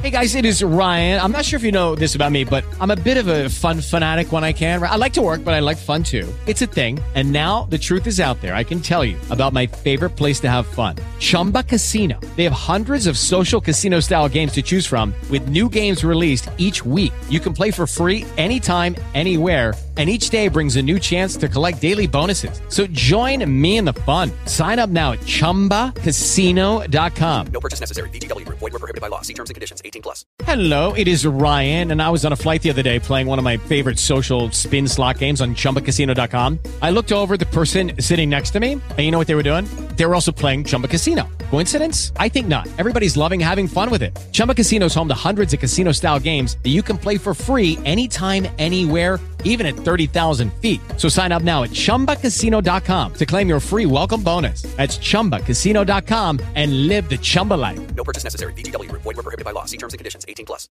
Hey guys, it is Ryan. I'm not sure if you know this about me, but I'm a bit of a fun fanatic when I can. I like to work, but I like fun too. It's a thing. And now the truth is out there. I can tell you about my favorite place to have fun. Chumba Casino. They have hundreds of social casino style games to choose from with new games released each week. You can play for free anytime, anywhere. And each day brings a new chance to collect daily bonuses. So join me in the fun. Sign up now at ChumbaCasino.com. No purchase necessary. VGW Group. Void where prohibited by law. See terms and conditions. 18+. Hello, it is Ryan, and I was on a flight the other day playing one of my favorite social spin slot games on ChumbaCasino.com. I looked over at the person sitting next to me, and you know what they were doing? They were also playing Chumba Casino. Coincidence? I think not. Everybody's loving having fun with it. Chumba Casino is home to hundreds of casino-style games that you can play for free anytime, anywhere, even at 30,000 feet. So sign up now at ChumbaCasino.com to claim your free welcome bonus. That's ChumbaCasino.com and live the Chumba life. No purchase necessary. VGW Group. Void where prohibited by law. See terms and conditions. 18+.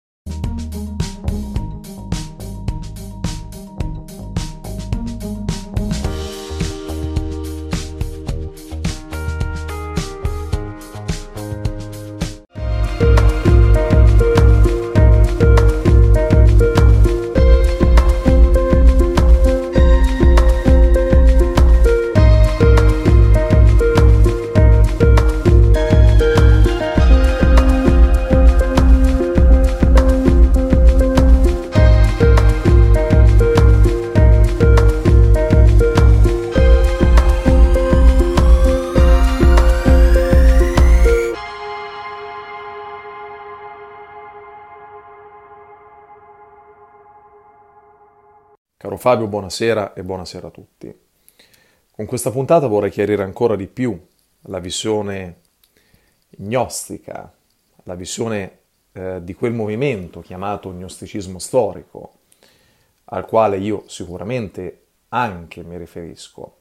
Caro Fabio, buonasera e buonasera a tutti. Con questa puntata vorrei chiarire ancora di più la visione gnostica, la visione di quel movimento chiamato gnosticismo storico, al quale io sicuramente anche mi riferisco,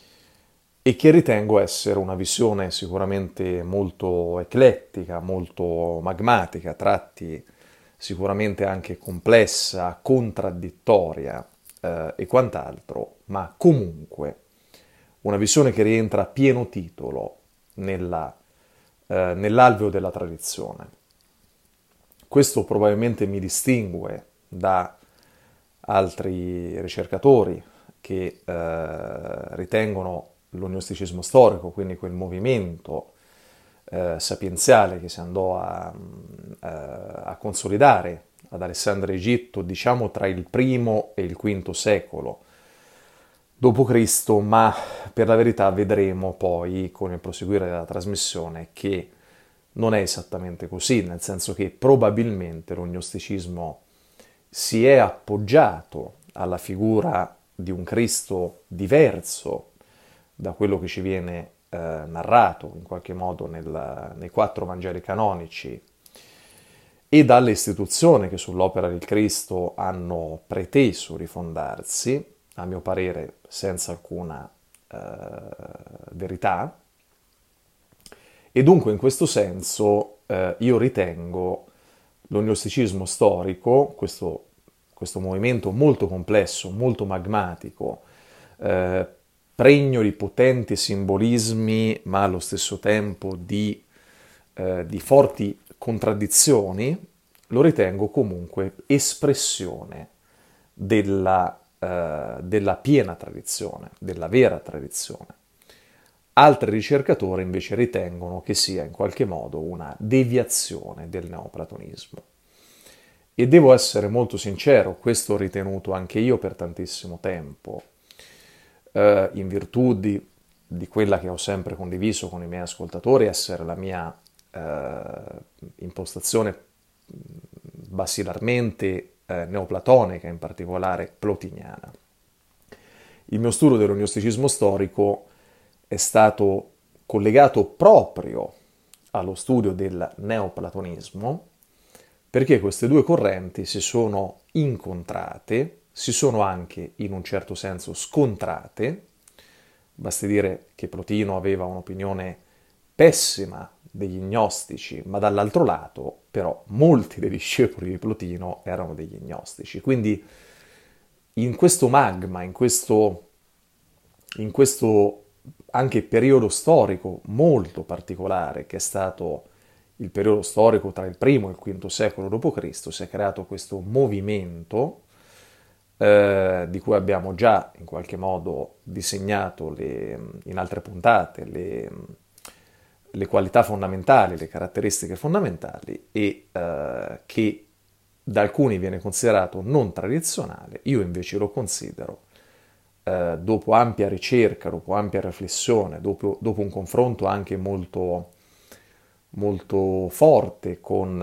e che ritengo essere una visione sicuramente molto eclettica, molto magmatica, a tratti sicuramente anche complessa, contraddittoria, e quant'altro, ma comunque una visione che rientra a pieno titolo nell'alveo della tradizione. Questo probabilmente mi distingue da altri ricercatori che ritengono lo gnosticismo storico, quindi quel movimento sapienziale che si andò a consolidare ad Alessandria Egitto, diciamo tra il I e il V secolo d.C., ma per la verità vedremo poi con il proseguire della trasmissione che non è esattamente così, nel senso che probabilmente lo gnosticismo si è appoggiato alla figura di un Cristo diverso da quello che ci viene narrato in qualche modo nei 4 Vangeli canonici, e dalle istituzioni che sull'opera del Cristo hanno preteso rifondarsi, a mio parere senza alcuna verità, e dunque in questo senso io ritengo lo gnosticismo storico, questo movimento molto complesso, molto magmatico, pregno di potenti simbolismi, ma allo stesso tempo di forti contraddizioni, lo ritengo comunque espressione della piena tradizione, della vera tradizione. Altri ricercatori invece ritengono che sia in qualche modo una deviazione del neoplatonismo. E devo essere molto sincero, questo ho ritenuto anche io per tantissimo tempo, in virtù di quella che ho sempre condiviso con i miei ascoltatori, essere la mia impostazione basilarmente neoplatonica, in particolare plotiniana. Il mio studio dello gnosticismo storico è stato collegato proprio allo studio del neoplatonismo, perché queste due correnti si sono incontrate, si sono anche in un certo senso scontrate. Basti dire che Plotino aveva un'opinione pessima degli gnostici, ma dall'altro lato però molti dei discepoli di Plotino erano degli gnostici. Quindi in questo magma, in questo anche periodo storico molto particolare che è stato il periodo storico tra il primo e il quinto secolo d.C., si è creato questo movimento di cui abbiamo già in qualche modo disegnato in altre puntate le qualità fondamentali, le caratteristiche fondamentali e che da alcuni viene considerato non tradizionale, io invece lo considero, dopo ampia ricerca, dopo ampia riflessione, dopo un confronto anche molto, molto forte con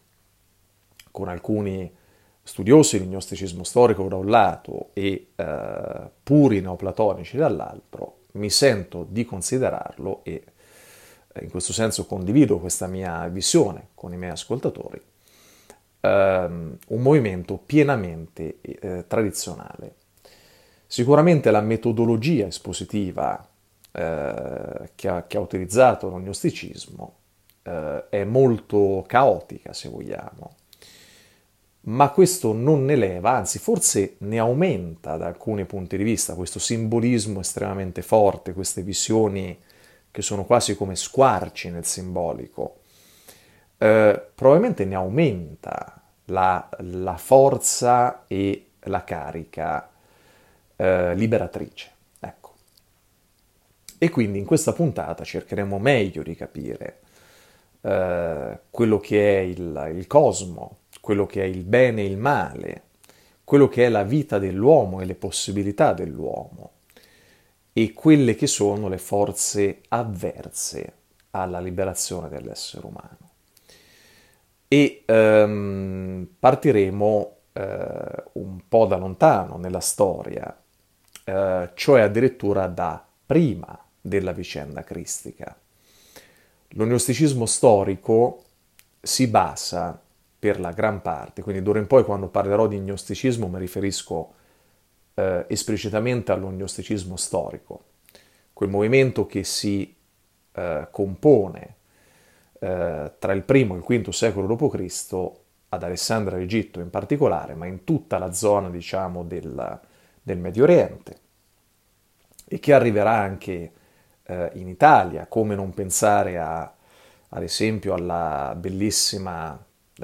alcuni studiosi di gnosticismo storico da un lato e puri neoplatonici dall'altro, mi sento di considerarlo e in questo senso condivido questa mia visione con i miei ascoltatori, un movimento pienamente tradizionale. Sicuramente la metodologia espositiva che ha utilizzato lo gnosticismo è molto caotica, se vogliamo, ma questo non ne leva, anzi forse ne aumenta da alcuni punti di vista questo simbolismo estremamente forte, queste visioni che sono quasi come squarci nel simbolico. Probabilmente ne aumenta la forza e la carica liberatrice. Ecco. E quindi in questa puntata cercheremo meglio di capire quello che è il cosmo, quello che è il bene e il male, quello che è la vita dell'uomo e le possibilità dell'uomo e quelle che sono le forze avverse alla liberazione dell'essere umano. E partiremo un po' da lontano nella storia, cioè addirittura da prima della vicenda cristica. Lo gnosticismo storico si basa per la gran parte, quindi d'ora in poi quando parlerò di gnosticismo mi riferisco esplicitamente allo gnosticismo storico, quel movimento che si compone tra il primo e il quinto secolo d.C. ad Alessandria d'Egitto in particolare, ma in tutta la zona, diciamo, del Medio Oriente, e che arriverà anche in Italia. Come non pensare ad esempio alla bellissima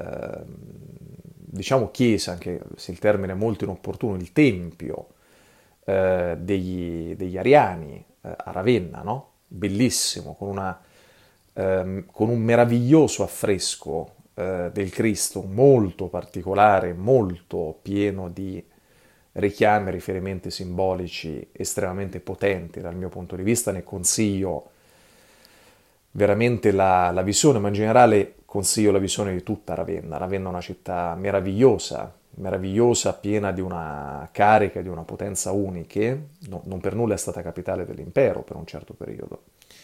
diciamo chiesa, anche se il termine è molto inopportuno, il tempio degli Ariani a Ravenna, no? Bellissimo, con un meraviglioso affresco del Cristo molto particolare, molto pieno di richiami e riferimenti simbolici estremamente potenti dal mio punto di vista. Ne consiglio veramente la visione, ma in generale consiglio la visione di tutta Ravenna. Ravenna è una città meravigliosa, piena di una carica, di una potenza uniche, non per nulla è stata capitale dell'impero per un certo periodo.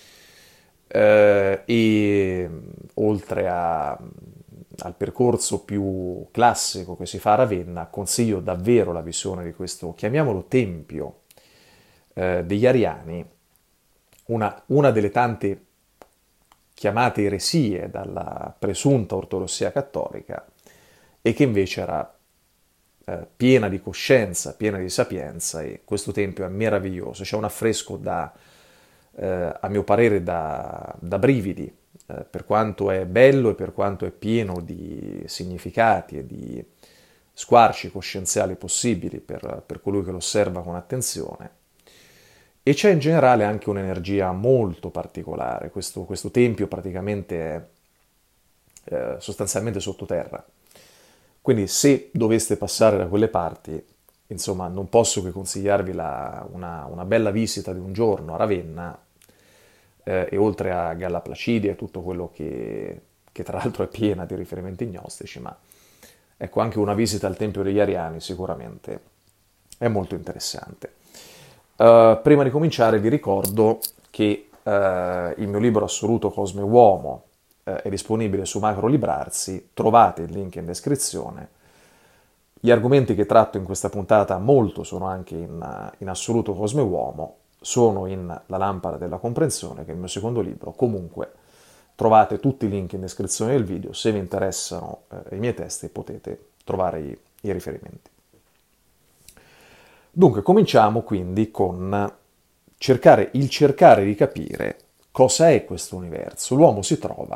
E oltre al percorso più classico che si fa a Ravenna, consiglio davvero la visione di questo, chiamiamolo tempio degli Ariani, una delle tante chiamate eresie dalla presunta ortodossia cattolica e che invece era piena di coscienza, piena di sapienza, e questo tempio è meraviglioso. C'è un affresco a mio parere da brividi, per quanto è bello e per quanto è pieno di significati e di squarci coscienziali possibili per colui che lo osserva con attenzione. E c'è in generale anche un'energia molto particolare. Questo tempio praticamente è sostanzialmente sottoterra. Quindi se doveste passare da quelle parti, insomma, non posso che consigliarvi una bella visita di un giorno a Ravenna, e oltre a Galla Placidia e tutto quello che tra l'altro è piena di riferimenti gnostici, ma ecco, anche una visita al Tempio degli Ariani sicuramente è molto interessante. Prima di cominciare vi ricordo che il mio libro assoluto Cosmo e Uomo è disponibile su Macro Librarsi, trovate il link in descrizione. Gli argomenti che tratto in questa puntata molto sono anche in assoluto Cosmo e Uomo, sono in La lampada della comprensione, che è il mio secondo libro. Comunque trovate tutti i link in descrizione del video, se vi interessano i miei testi potete trovare i riferimenti. Dunque, cominciamo quindi con cercare di capire cosa è questo universo. L'uomo si trova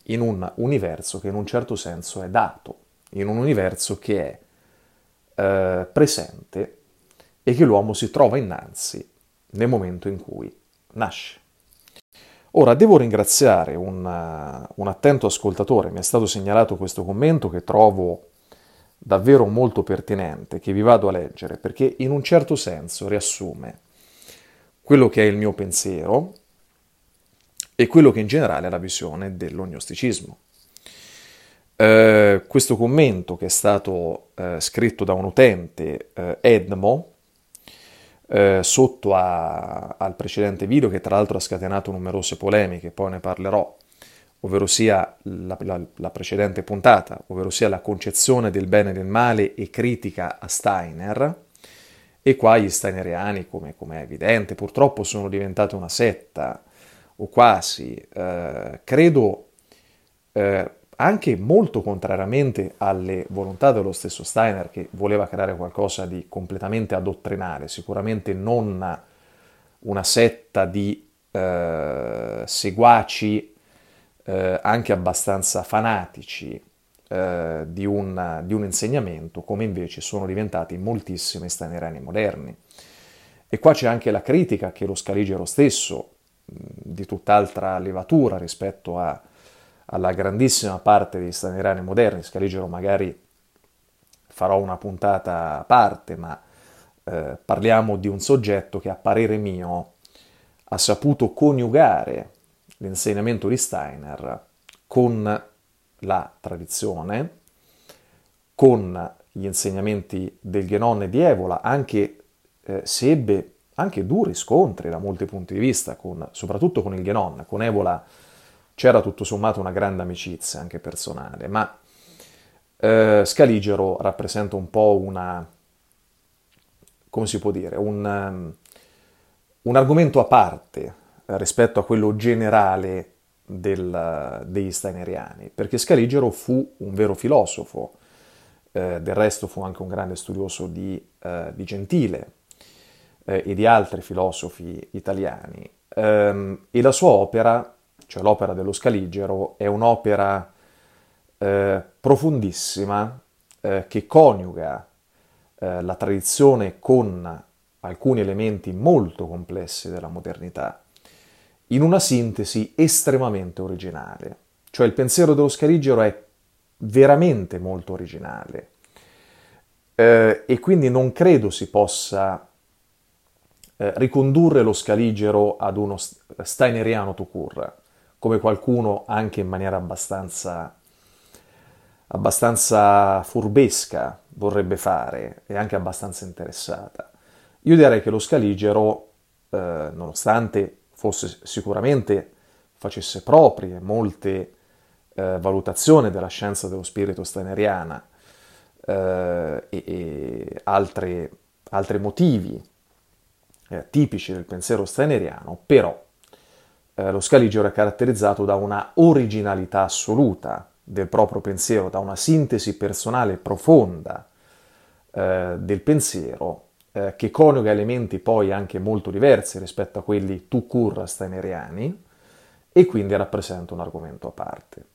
in un universo che in un certo senso è dato, in un universo che è presente e che l'uomo si trova innanzi nel momento in cui nasce. Ora, devo ringraziare un attento ascoltatore, mi è stato segnalato questo commento che trovo davvero molto pertinente, che vi vado a leggere, perché in un certo senso riassume quello che è il mio pensiero e quello che in generale è la visione dell'ognosticismo. Questo commento, che è stato scritto da un utente, Edmo, sotto al precedente video, che tra l'altro ha scatenato numerose polemiche, poi ne parlerò, ovvero sia la precedente puntata, ovvero sia la concezione del bene e del male e critica a Steiner. E qua gli steineriani, come è evidente, purtroppo sono diventati una setta, o quasi, credo, anche molto contrariamente alle volontà dello stesso Steiner, che voleva creare qualcosa di completamente addottrinale, sicuramente non una setta di seguaci anche abbastanza fanatici di un insegnamento, come invece sono diventati moltissimi steineriani moderni. E qua c'è anche la critica che lo Scaligero stesso, di tutt'altra levatura rispetto alla grandissima parte degli steineriani moderni. Scaligero magari farò una puntata a parte, ma parliamo di un soggetto che, a parere mio, ha saputo coniugare l'insegnamento di Steiner con la tradizione, con gli insegnamenti del Guénon e di Evola, anche se ebbe anche duri scontri da molti punti di vista, soprattutto con il Guénon. Con Evola c'era tutto sommato una grande amicizia, anche personale, ma Scaligero rappresenta un po' come si può dire, un argomento a parte rispetto a quello generale degli steineriani, perché Scaligero fu un vero filosofo, del resto fu anche un grande studioso di Gentile e di altri filosofi italiani, e la sua opera, cioè l'opera dello Scaligero, è un'opera profondissima che coniuga la tradizione con alcuni elementi molto complessi della modernità, in una sintesi estremamente originale. Cioè il pensiero dello Scaligero è veramente molto originale, e quindi non credo si possa ricondurre lo Scaligero ad uno steineriano tout court, come qualcuno anche in maniera abbastanza furbesca vorrebbe fare, e anche abbastanza interessata. Io direi che lo Scaligero, nonostante sicuramente facesse proprie molte valutazioni della scienza dello spirito steineriana e altri motivi tipici del pensiero steineriano, però lo Scaligero è caratterizzato da una originalità assoluta del proprio pensiero, da una sintesi personale profonda del pensiero, che coniuga elementi poi anche molto diversi rispetto a quelli tout court steineriani, e quindi rappresenta un argomento a parte.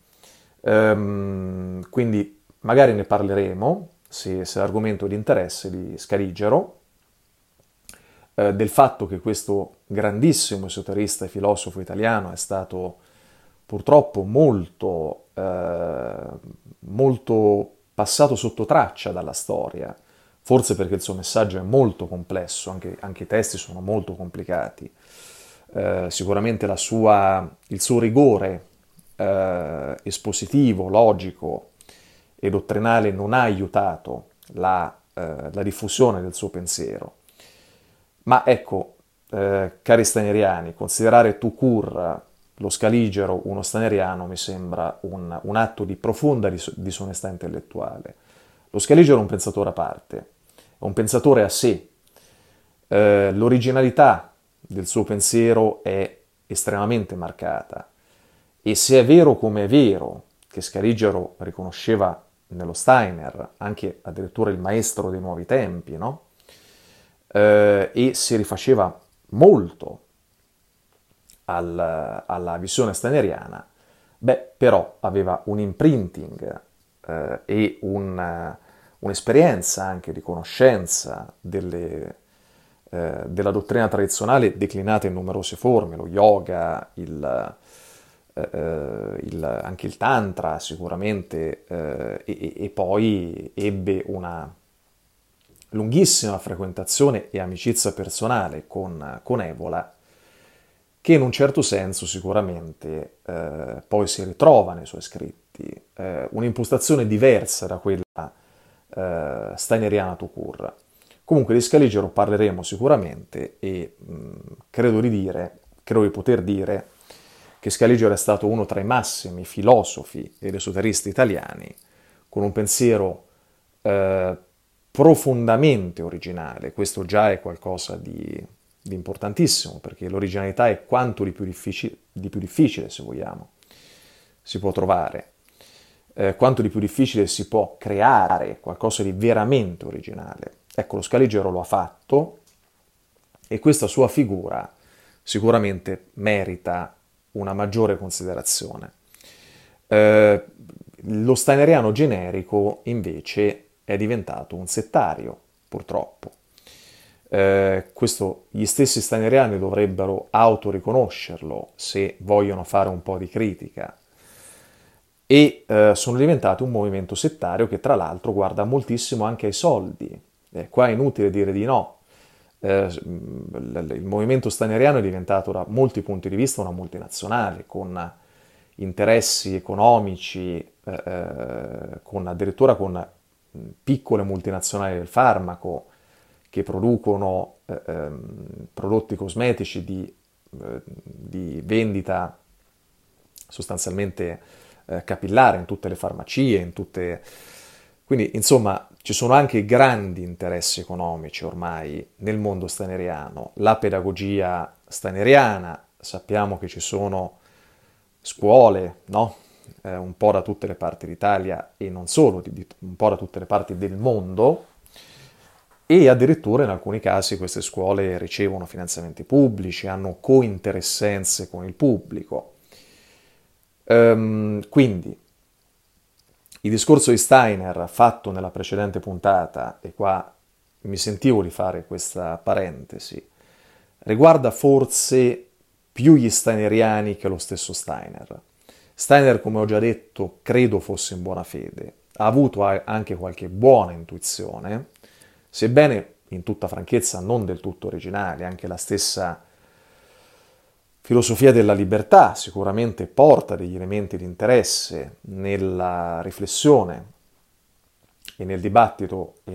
Quindi magari ne parleremo, se l'argomento è di interesse, di Scaligero, del fatto che questo grandissimo esoterista e filosofo italiano è stato purtroppo molto passato sotto traccia dalla storia, forse perché il suo messaggio è molto complesso, anche i testi sono molto complicati. Sicuramente il suo rigore espositivo, logico e dottrinale non ha aiutato la diffusione del suo pensiero. Ma ecco, cari steineriani, considerare tout court lo Scaligero uno steineriano mi sembra un atto di profonda disonestà intellettuale. Lo Scaligero è un pensatore a parte, è un pensatore a sé. L'originalità del suo pensiero è estremamente marcata, e se è vero come è vero che Scaligero riconosceva nello Steiner anche addirittura il maestro dei nuovi tempi, no? E si rifaceva molto alla visione steineriana, Beh, però aveva un imprinting e un'esperienza anche di conoscenza della dottrina tradizionale declinata in numerose forme, lo yoga, anche il tantra sicuramente, e poi ebbe una lunghissima frequentazione e amicizia personale con Evola, che in un certo senso sicuramente poi si ritrova nei suoi scritti, un'impostazione diversa da quella steineriana tout court. Comunque di Scaligero parleremo sicuramente e credo di poter dire che Scaligero è stato uno tra i massimi filosofi ed esoteristi italiani, con un pensiero profondamente originale. Questo già è qualcosa di importantissimo, perché l'originalità è quanto di più difficile, se vogliamo, si può trovare, quanto di più difficile si può creare qualcosa di veramente originale. Ecco, lo Scaligero lo ha fatto e questa sua figura sicuramente merita una maggiore considerazione. Lo steineriano generico invece è diventato un settario, purtroppo. Questo gli stessi steineriani dovrebbero autoriconoscerlo se vogliono fare un po' di critica, e sono diventati un movimento settario che tra l'altro guarda moltissimo anche ai soldi. Qua è inutile dire di no. Il movimento steineriano è diventato da molti punti di vista una multinazionale, con interessi economici, addirittura con piccole multinazionali del farmaco che producono prodotti cosmetici di vendita sostanzialmente capillare in tutte le farmacie, Quindi, insomma, ci sono anche grandi interessi economici ormai nel mondo steineriano. La pedagogia steineriana, sappiamo che ci sono scuole, no? Un po' da tutte le parti d'Italia e non solo, un po' da tutte le parti del mondo, e addirittura in alcuni casi queste scuole ricevono finanziamenti pubblici, hanno cointeressenze con il pubblico. Quindi il discorso di Steiner fatto nella precedente puntata, e qua mi sentivo di fare questa parentesi, riguarda forse più gli steineriani che lo stesso Steiner. Steiner, come ho già detto, credo fosse in buona fede, ha avuto anche qualche buona intuizione, sebbene in tutta franchezza non del tutto originale. Anche la stessa filosofia della libertà sicuramente porta degli elementi di interesse nella riflessione e nel dibattito e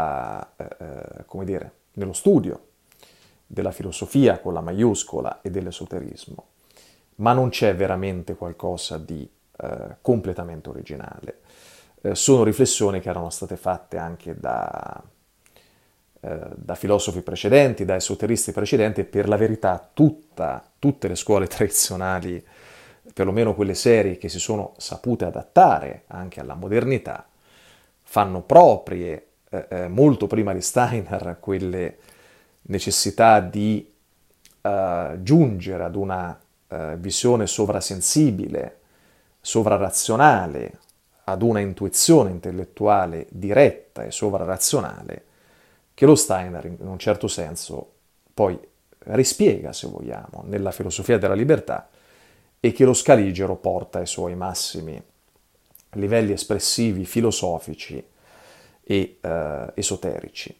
nello studio della filosofia con la maiuscola e dell'esoterismo, ma non c'è veramente qualcosa di completamente originale. Sono riflessioni che erano state fatte anche da filosofi precedenti, da esoteristi precedenti, e per la verità tutte le scuole tradizionali, perlomeno quelle serie che si sono sapute adattare anche alla modernità, fanno proprie, molto prima di Steiner, quelle necessità di giungere ad una visione sovrasensibile, sovrarazionale, ad una intuizione intellettuale diretta e sovrarazionale, che lo Steiner in un certo senso poi rispiega, se vogliamo, nella filosofia della libertà, e che lo Scaligero porta ai suoi massimi livelli espressivi, filosofici e esoterici.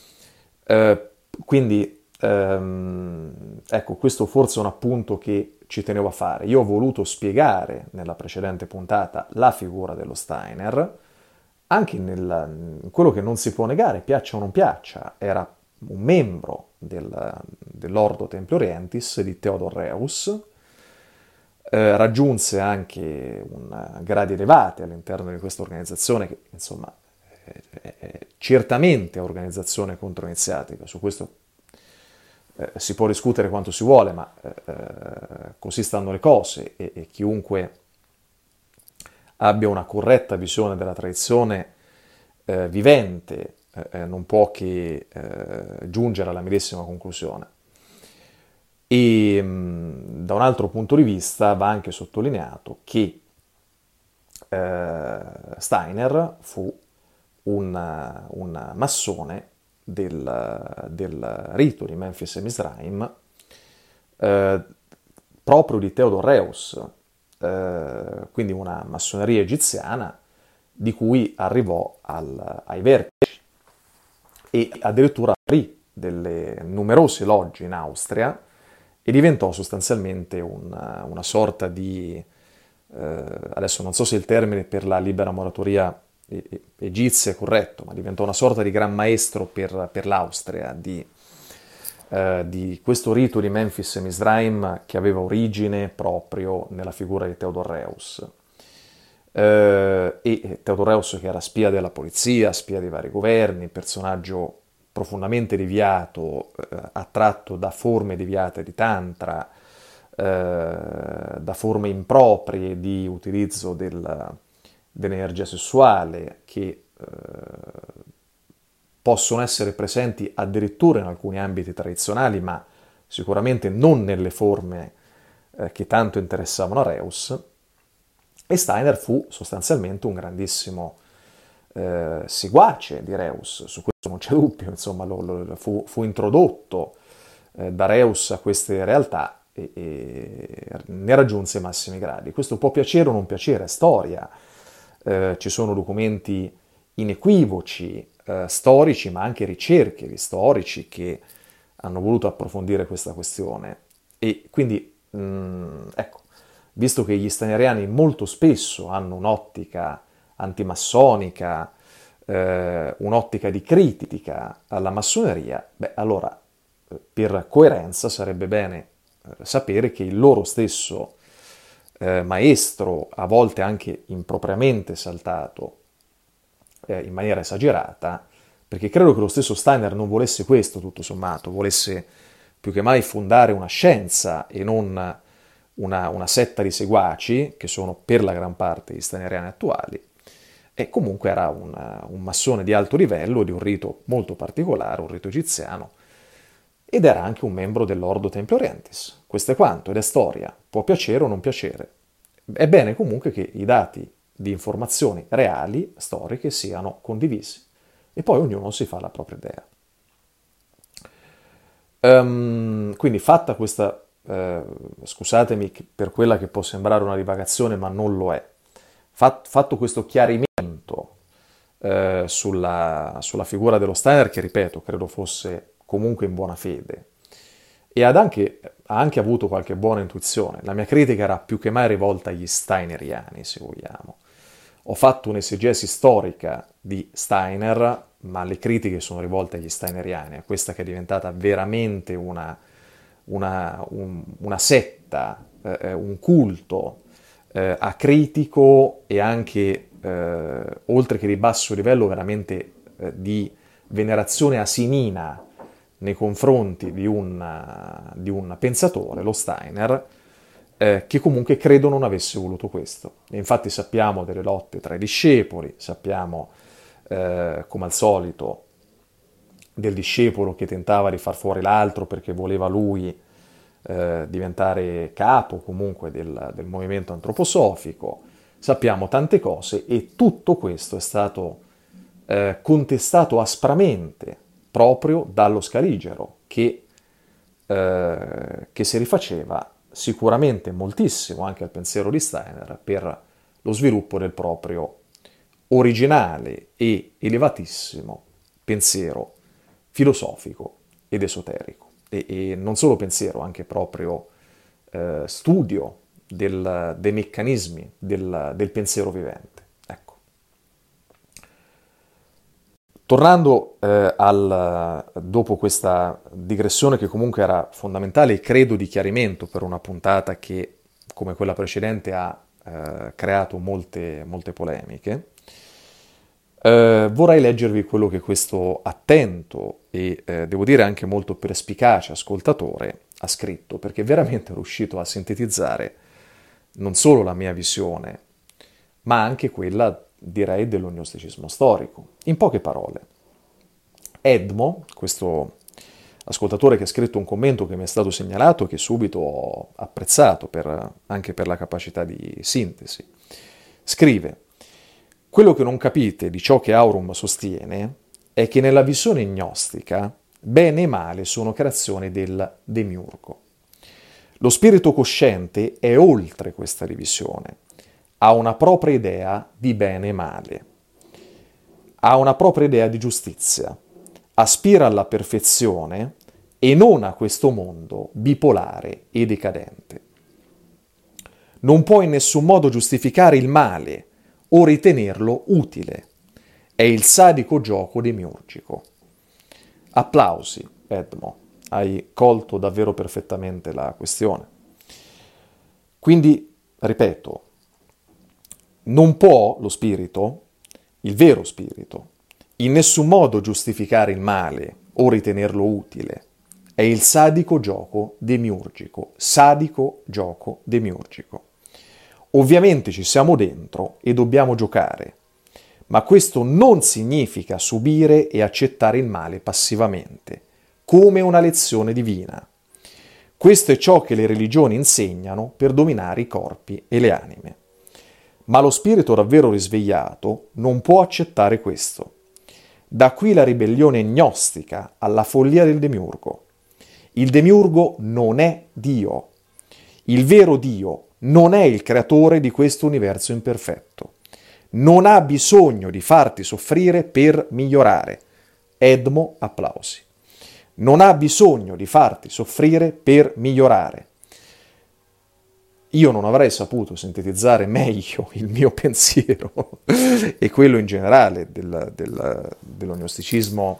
Quindi, ecco, questo forse è un appunto che ci tenevo a fare. Io ho voluto spiegare nella precedente puntata la figura dello Steiner, anche in quello che non si può negare, piaccia o non piaccia, era un membro dell'Ordo Templi Orientis di Theodor Reuss, raggiunse anche gradi elevati all'interno di questa organizzazione, che insomma è certamente organizzazione controiniziatica. Su questo si può discutere quanto si vuole, ma così stanno le cose, e chiunque abbia una corretta visione della tradizione vivente non può che giungere alla medesima conclusione. E da un altro punto di vista va anche sottolineato che Steiner fu un massone del rito di Memphis e Misraim, proprio di Theodor Reuss, quindi una massoneria egiziana di cui arrivò ai vertici e addirittura aprì delle numerose logge in Austria e diventò sostanzialmente una sorta di, adesso non so se il termine per la libera moratoria egizia è corretto, ma diventò una sorta di gran maestro per l'Austria di questo rito di Memphis e Misraim che aveva origine proprio nella figura di Theodor Reuss. E Theodor Reuss, che era spia della polizia, spia di vari governi, personaggio profondamente deviato, attratto da forme deviate di tantra, da forme improprie di utilizzo dell'energia sessuale che possono essere presenti addirittura in alcuni ambiti tradizionali, ma sicuramente non nelle forme che tanto interessavano a Reuss. E Steiner fu sostanzialmente un grandissimo seguace di Reuss, su questo non c'è dubbio, insomma, fu introdotto da Reuss a queste realtà e ne raggiunse i massimi gradi. Questo può piacere o non piacere, è storia, ci sono documenti inequivoci, storici, ma anche ricerche di storici che hanno voluto approfondire questa questione. E quindi, ecco, visto che gli steineriani molto spesso hanno un'ottica antimassonica, un'ottica di critica alla massoneria, beh, allora per coerenza sarebbe bene sapere che il loro stesso maestro, a volte anche impropriamente esaltato in maniera esagerata, perché credo che lo stesso Steiner non volesse questo, tutto sommato, volesse più che mai fondare una scienza e non una setta di seguaci, che sono per la gran parte gli steineriani attuali, e comunque era un massone di alto livello, di un rito molto particolare, un rito egiziano, ed era anche un membro dell'Ordo Templi Orientis. Questo è quanto, ed è storia, può piacere o non piacere. È bene comunque che i dati di informazioni reali, storiche, siano condivisi, e poi ognuno si fa la propria idea. Quindi fatta questa, scusatemi per quella che può sembrare una divagazione, ma non lo è, fatto questo chiarimento sulla figura dello Steiner, che ripeto, credo fosse comunque in buona fede, e ha anche avuto qualche buona intuizione. La mia critica era più che mai rivolta agli steineriani, se vogliamo. Ho fatto un'esegesi storica di Steiner, ma le critiche sono rivolte agli steineriani, a questa che è diventata veramente una setta, un culto acritico e anche, oltre che di basso livello, veramente di venerazione asinina nei confronti di un pensatore, lo Steiner, che comunque credo non avesse voluto questo. E infatti sappiamo delle lotte tra i discepoli, sappiamo, come al solito, del discepolo che tentava di far fuori l'altro perché voleva lui diventare capo comunque del movimento antroposofico. Sappiamo tante cose e tutto questo è stato contestato aspramente proprio dallo Scaligero, che si rifaceva sicuramente moltissimo anche al pensiero di Steiner per lo sviluppo del proprio originale e elevatissimo pensiero filosofico ed esoterico. E non solo pensiero, anche proprio studio dei meccanismi del pensiero vivente. Ecco. Tornando dopo questa digressione che comunque era fondamentale e credo di chiarimento per una puntata che, come quella precedente, ha creato molte polemiche, vorrei leggervi quello che questo attento e devo dire anche molto perspicace ascoltatore ha scritto, perché veramente è riuscito a sintetizzare non solo la mia visione, ma anche quella, direi, dello gnosticismo storico. In poche parole, Edmo, questo ascoltatore che ha scritto un commento che mi è stato segnalato e che subito ho apprezzato anche per la capacità di sintesi. Scrive: quello che non capite di ciò che Aurum sostiene è che nella visione gnostica bene e male sono creazione del demiurgo. Lo spirito cosciente è oltre questa divisione, ha una propria idea di bene e male, ha una propria idea di giustizia, aspira alla perfezione e non a questo mondo bipolare e decadente. Non può in nessun modo giustificare il male o ritenerlo utile. È il sadico gioco demiurgico. Applausi, Edmo, hai colto davvero perfettamente la questione. Quindi, ripeto, non può lo spirito, il vero spirito, in nessun modo giustificare il male o ritenerlo utile. È il sadico gioco demiurgico, sadico gioco demiurgico. Ovviamente ci siamo dentro e dobbiamo giocare, ma questo non significa subire e accettare il male passivamente, come una lezione divina. Questo è ciò che le religioni insegnano per dominare i corpi e le anime. Ma lo spirito davvero risvegliato non può accettare questo. Da qui la ribellione gnostica alla follia del demiurgo. Il demiurgo non è Dio. Il vero Dio non è il creatore di questo universo imperfetto. Non ha bisogno di farti soffrire per migliorare. Edmo, applausi. Non ha bisogno di farti soffrire per migliorare. Io non avrei saputo sintetizzare meglio il mio pensiero e quello in generale dello gnosticismo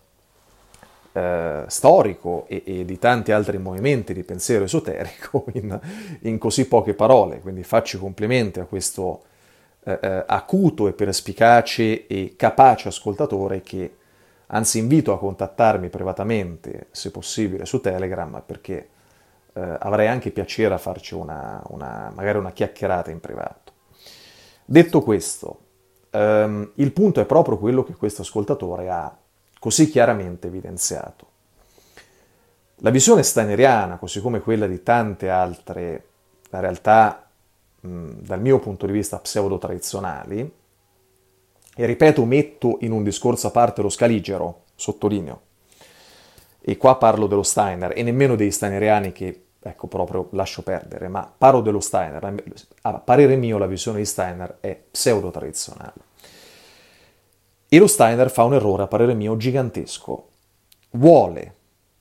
storico e di tanti altri movimenti di pensiero esoterico in così poche parole. Quindi faccio i complimenti a questo acuto e perspicace e capace ascoltatore che anzi invito a contattarmi privatamente, se possibile, su Telegram, perché avrei anche piacere a farci magari una chiacchierata in privato. Detto questo, il punto è proprio quello che questo ascoltatore ha così chiaramente evidenziato. La visione steineriana, così come quella di tante altre realtà, dal mio punto di vista pseudo-tradizionali, e ripeto, metto in un discorso a parte lo Scaligero, sottolineo, e qua parlo dello Steiner, e nemmeno dei steineriani che, ecco, proprio lascio perdere, ma parlo dello Steiner. A parere mio la visione di Steiner è pseudo-tradizionale. E lo Steiner fa un errore, a parere mio, gigantesco. Vuole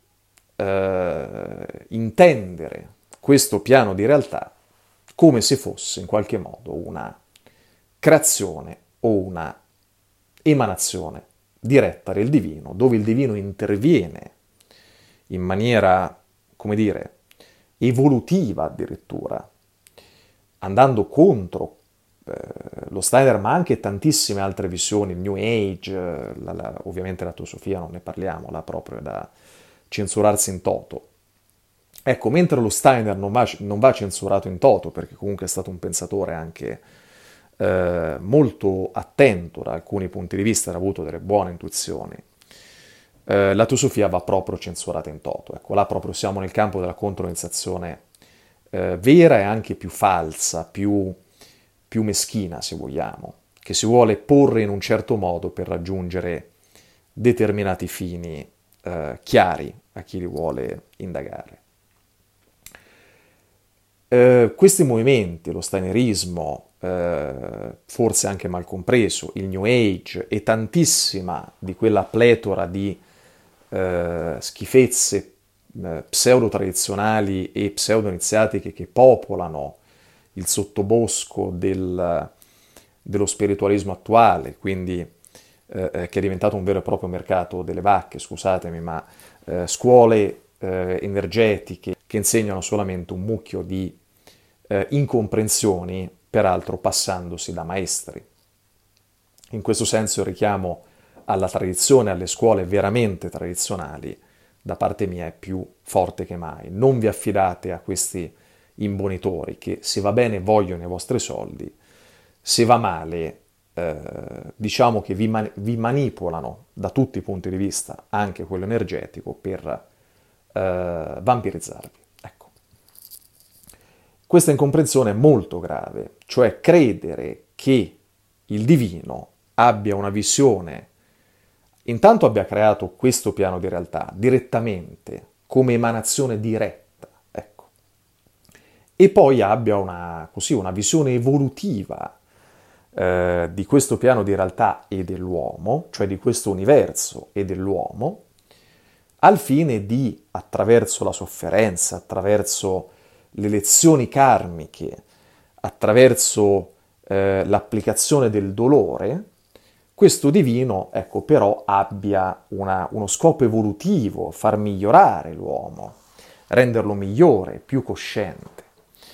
intendere questo piano di realtà come se fosse in qualche modo una creazione o una emanazione diretta del divino, dove il divino interviene in maniera, come dire, evolutiva addirittura, andando contro lo Steiner, ma anche tantissime altre visioni, il New Age, ovviamente la teosofia non ne parliamo, là proprio è da censurarsi in toto. Ecco, mentre lo Steiner non va censurato in toto, perché comunque è stato un pensatore anche molto attento da alcuni punti di vista, ha avuto delle buone intuizioni, la teosofia va proprio censurata in toto. Ecco, là proprio siamo nel campo della controiniziazione vera e anche più falsa, più meschina, se vogliamo, che si vuole porre in un certo modo per raggiungere determinati fini chiari a chi li vuole indagare. Questi movimenti, lo steinerismo, forse anche mal compreso, il New Age e tantissima di quella pletora di schifezze pseudo-tradizionali e pseudo-iniziatiche che popolano il sottobosco dello spiritualismo attuale, quindi che è diventato un vero e proprio mercato delle vacche, scusatemi, ma scuole energetiche che insegnano solamente un mucchio di incomprensioni, peraltro passandosi da maestri. In questo senso il richiamo alla tradizione, alle scuole veramente tradizionali, da parte mia è più forte che mai. Non vi affidate a questi imbonitori che, se va bene, vogliono i vostri soldi, se va male, diciamo che vi manipolano da tutti i punti di vista, anche quello energetico, per vampirizzarvi. Ecco. Questa incomprensione è molto grave, cioè credere che il divino abbia una visione, intanto abbia creato questo piano di realtà direttamente, come emanazione diretta, ecco, e poi abbia una visione evolutiva di questo piano di realtà e dell'uomo, cioè di questo universo e dell'uomo, al fine di, attraverso la sofferenza, attraverso le lezioni karmiche, attraverso l'applicazione del dolore, questo divino, ecco, però abbia uno scopo evolutivo, far migliorare l'uomo, renderlo migliore, più cosciente.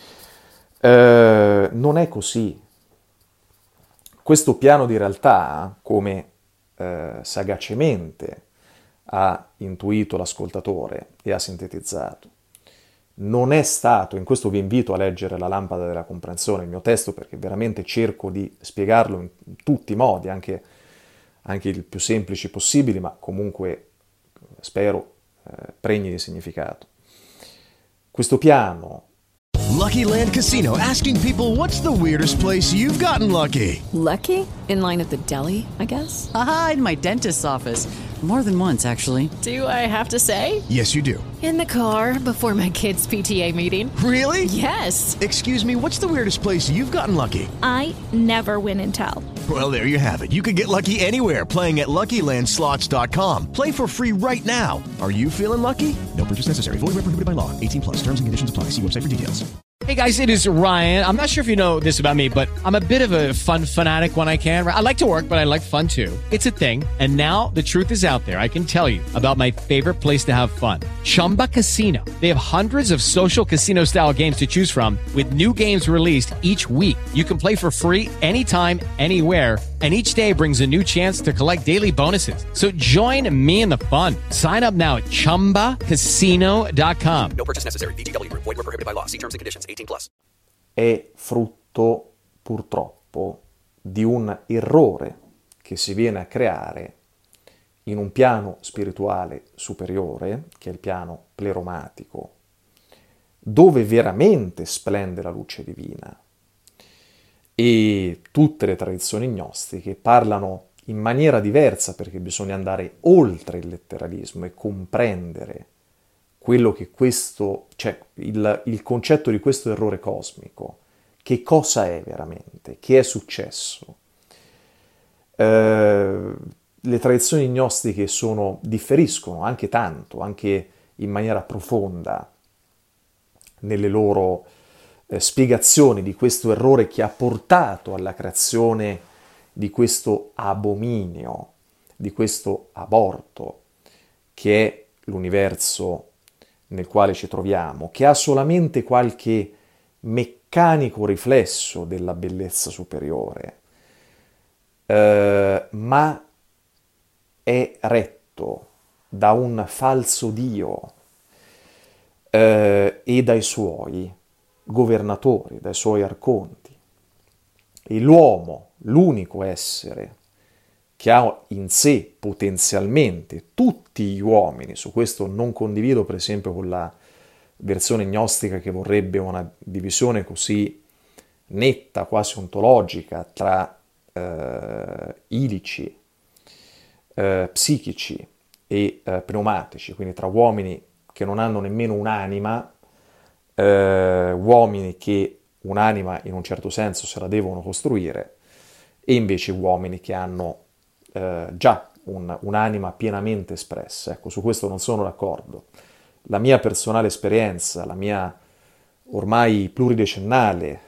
Non è così. Questo piano di realtà, come sagacemente ha intuito l'ascoltatore e ha sintetizzato, non è stato, in questo vi invito a leggere La lampada della comprensione, il mio testo, perché veramente cerco di spiegarlo in tutti i modi, anche il più semplici possibili, ma comunque spero pregni di significato. Questo piano... Lucky Land Casino, asking people, what's the weirdest place you've gotten lucky? Lucky? In line at the deli, I guess? Aha, in my dentist's office. More than once, actually. Do I have to say? Yes, you do. In the car before my kids' PTA meeting. Really? Yes. Excuse me, what's the weirdest place you've gotten lucky? I never win and tell. Well, there you have it. You can get lucky anywhere, playing at LuckyLandSlots.com. Play for free right now. Are you feeling lucky? No purchase necessary. Void where prohibited by law. 18 plus. Terms and conditions apply. See website for details. Hey guys, it is Ryan. I'm not sure if you know this about me, but I'm a bit of a fun fanatic when I can. I like to work, but I like fun too. It's a thing. And now the truth is out there. I can tell you about my favorite place to have fun. Chumba Casino. They have hundreds of social casino style games to choose from with new games released each week. You can play for free anytime, anywhere. And each day brings a new chance to collect daily bonuses. So join me in the fun. Sign up now at ChumbaCasino.com. No purchase necessary. VGW Group. Void where prohibited by law. See terms and conditions. 18 plus. È frutto, purtroppo, di un errore che si viene a creare in un piano spirituale superiore, che è il piano pleromatico, dove veramente splende la luce divina. E tutte le tradizioni gnostiche parlano in maniera diversa, perché bisogna andare oltre il letteralismo e comprendere quello che questo, cioè il concetto di questo errore cosmico, che cosa è veramente, che è successo. Le tradizioni gnostiche differiscono anche tanto, anche in maniera profonda, nelle loro spiegazioni di questo errore che ha portato alla creazione di questo abominio, di questo aborto, che è l'universo nel quale ci troviamo, che ha solamente qualche meccanico riflesso della bellezza superiore, ma è retto da un falso Dio e dai suoi governatori, dai suoi arconti. E l'uomo, l'unico essere che ha in sé potenzialmente tutti gli uomini, su questo non condivido per esempio con la versione gnostica che vorrebbe una divisione così netta, quasi ontologica, tra ilici, psichici e pneumatici, quindi tra uomini che non hanno nemmeno un'anima, uomini che un'anima in un certo senso se la devono costruire, e invece uomini che hanno già un'anima pienamente espressa. Ecco, su questo non sono d'accordo. La mia personale esperienza, la mia ormai pluridecennale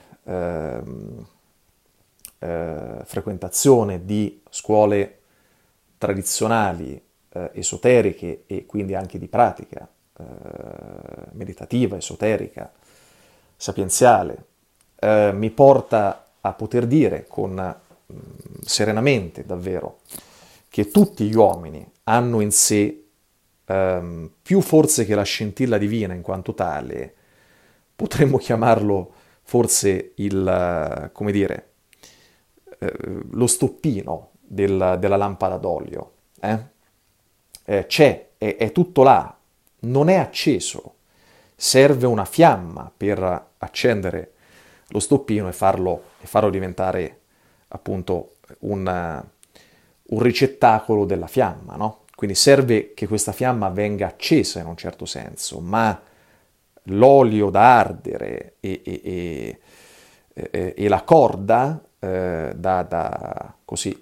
frequentazione di scuole tradizionali, esoteriche e quindi anche di pratica meditativa, esoterica, sapienziale, mi porta a poter dire con serenamente davvero che tutti gli uomini hanno in sé più forse che la scintilla divina in quanto tale, potremmo chiamarlo forse come dire, lo stoppino della lampada d'olio. C'è, è tutto là, non è acceso, serve una fiamma per accendere lo stoppino e farlo diventare appunto un ricettacolo della fiamma, no? Quindi serve che questa fiamma venga accesa in un certo senso, ma l'olio da ardere e la corda da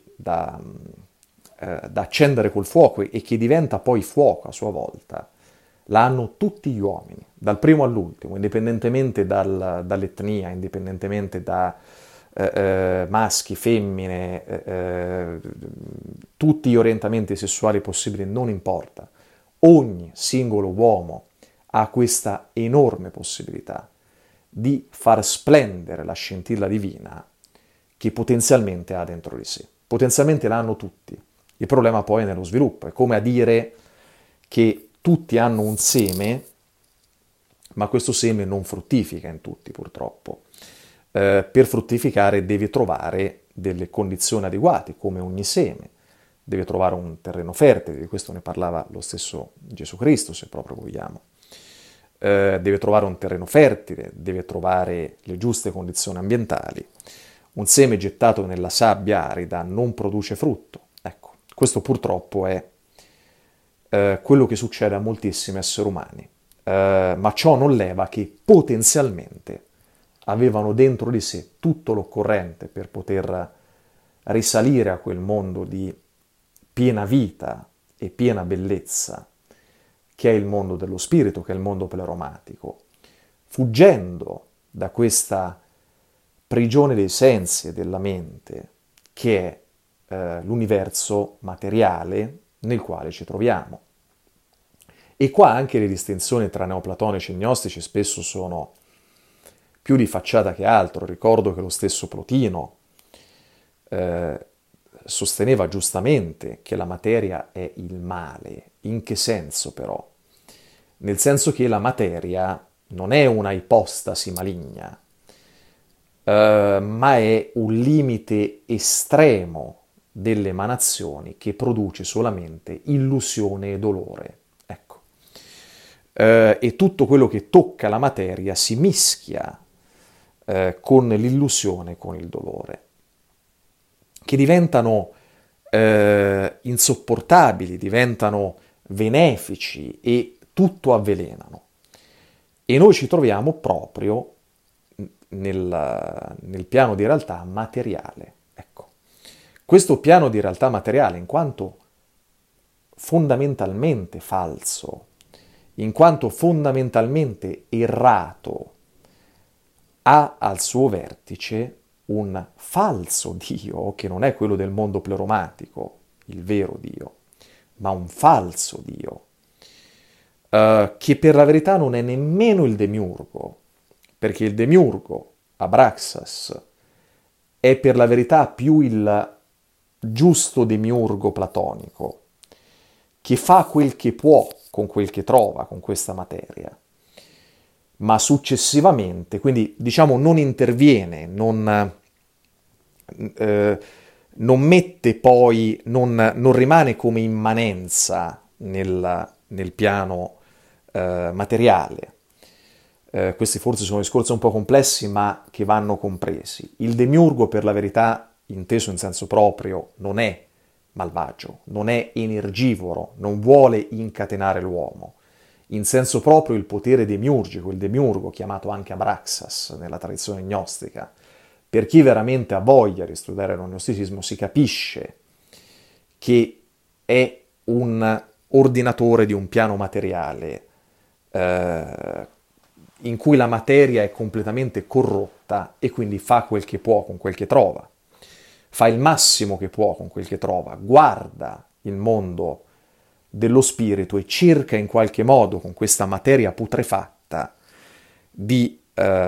accendere col fuoco e che diventa poi fuoco a sua volta, la hanno tutti gli uomini, dal primo all'ultimo, indipendentemente dall'etnia, indipendentemente da maschi, femmine, tutti gli orientamenti sessuali possibili, non importa. Ogni singolo uomo ha questa enorme possibilità di far splendere la scintilla divina che potenzialmente ha dentro di sé. Potenzialmente l'hanno tutti. Il problema poi è nello sviluppo. È come a dire che tutti hanno un seme, ma questo seme non fruttifica in tutti, purtroppo. Per fruttificare deve trovare delle condizioni adeguate, come ogni seme. Deve trovare un terreno fertile, di questo ne parlava lo stesso Gesù Cristo, se proprio vogliamo. Deve trovare un terreno fertile, deve trovare le giuste condizioni ambientali. Un seme gettato nella sabbia arida non produce frutto. Ecco, questo purtroppo è quello che succede a moltissimi esseri umani. Ma ciò non leva che potenzialmente avevano dentro di sé tutto l'occorrente per poter risalire a quel mondo di piena vita e piena bellezza che è il mondo dello spirito, che è il mondo pleromatico, fuggendo da questa prigione dei sensi e della mente che è l'universo materiale nel quale ci troviamo. E qua anche le distinzioni tra neoplatonici e gnostici spesso sono più di facciata che altro. Ricordo che lo stesso Plotino sosteneva giustamente che la materia è il male. In che senso però? Nel senso che la materia non è una ipostasi maligna, ma è un limite estremo delle emanazioni che produce solamente illusione e dolore. Ecco. E tutto quello che tocca la materia si mischia con l'illusione, con il dolore, che diventano insopportabili, diventano benefici e tutto avvelenano. E noi ci troviamo proprio nel piano di realtà materiale. Ecco. Questo piano di realtà materiale, in quanto fondamentalmente falso, in quanto fondamentalmente errato, ha al suo vertice un falso Dio, che non è quello del mondo pleromatico, il vero Dio, ma un falso Dio, che per la verità non è nemmeno il demiurgo, perché il demiurgo, Abraxas, è per la verità più il giusto demiurgo platonico, che fa quel che può con quel che trova, con questa materia, ma successivamente, quindi diciamo non interviene, non mette poi, non rimane come immanenza nel piano materiale. Questi forse sono discorsi un po' complessi, ma che vanno compresi. Il demiurgo, per la verità, inteso in senso proprio, non è malvagio, non è energivoro, non vuole incatenare l'uomo. In senso proprio il potere demiurgico, il demiurgo, chiamato anche Abraxas nella tradizione gnostica, per chi veramente ha voglia di studiare lo gnosticismo, si capisce che è un ordinatore di un piano materiale in cui la materia è completamente corrotta e quindi fa quel che può con quel che trova, fa il massimo che può con quel che trova, guarda il mondo dello spirito e cerca in qualche modo con questa materia putrefatta di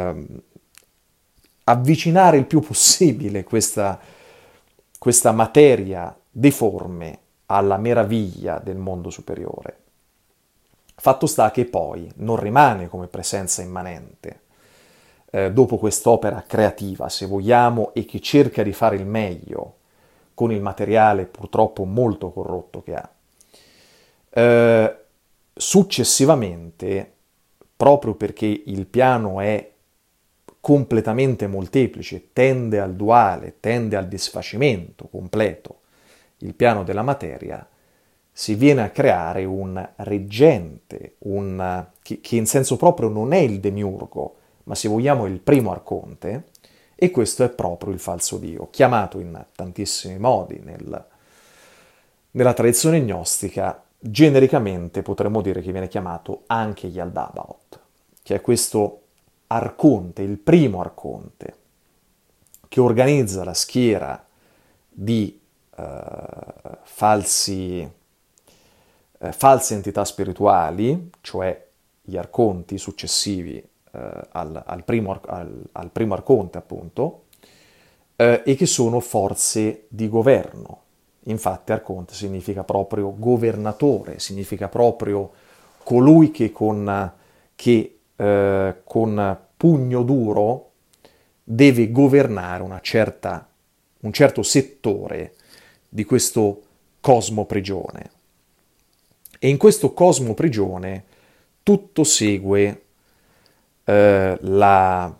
avvicinare il più possibile questa materia deforme alla meraviglia del mondo superiore. Fatto sta che poi non rimane come presenza immanente dopo quest'opera creativa, se vogliamo, e che cerca di fare il meglio con il materiale purtroppo molto corrotto che ha. successivamente, proprio perché il piano è completamente molteplice, tende al duale, tende al disfacimento completo, il piano della materia, si viene a creare un reggente, che in senso proprio non è il demiurgo, ma se vogliamo il primo arconte, e questo è proprio il falso dio, chiamato in tantissimi modi nella tradizione gnostica. Genericamente potremmo dire che viene chiamato anche Yaldabaoth, che è questo arconte, il primo arconte, che organizza la schiera di false entità spirituali, cioè gli arconti successivi al primo arconte, appunto, e che sono forze di governo. Infatti arconte significa proprio governatore, significa proprio colui che con pugno duro deve governare un certo settore di questo cosmo prigione. E in questo cosmo prigione tutto segue la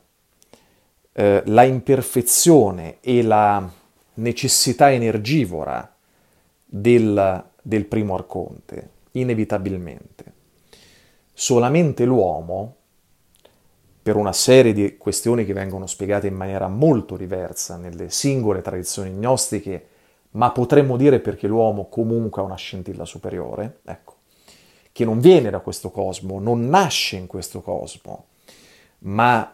imperfezione e la necessità energivora del primo arconte, inevitabilmente. Solamente l'uomo, per una serie di questioni che vengono spiegate in maniera molto diversa nelle singole tradizioni gnostiche, ma potremmo dire perché l'uomo comunque ha una scintilla superiore, ecco, che non viene da questo cosmo, non nasce in questo cosmo, ma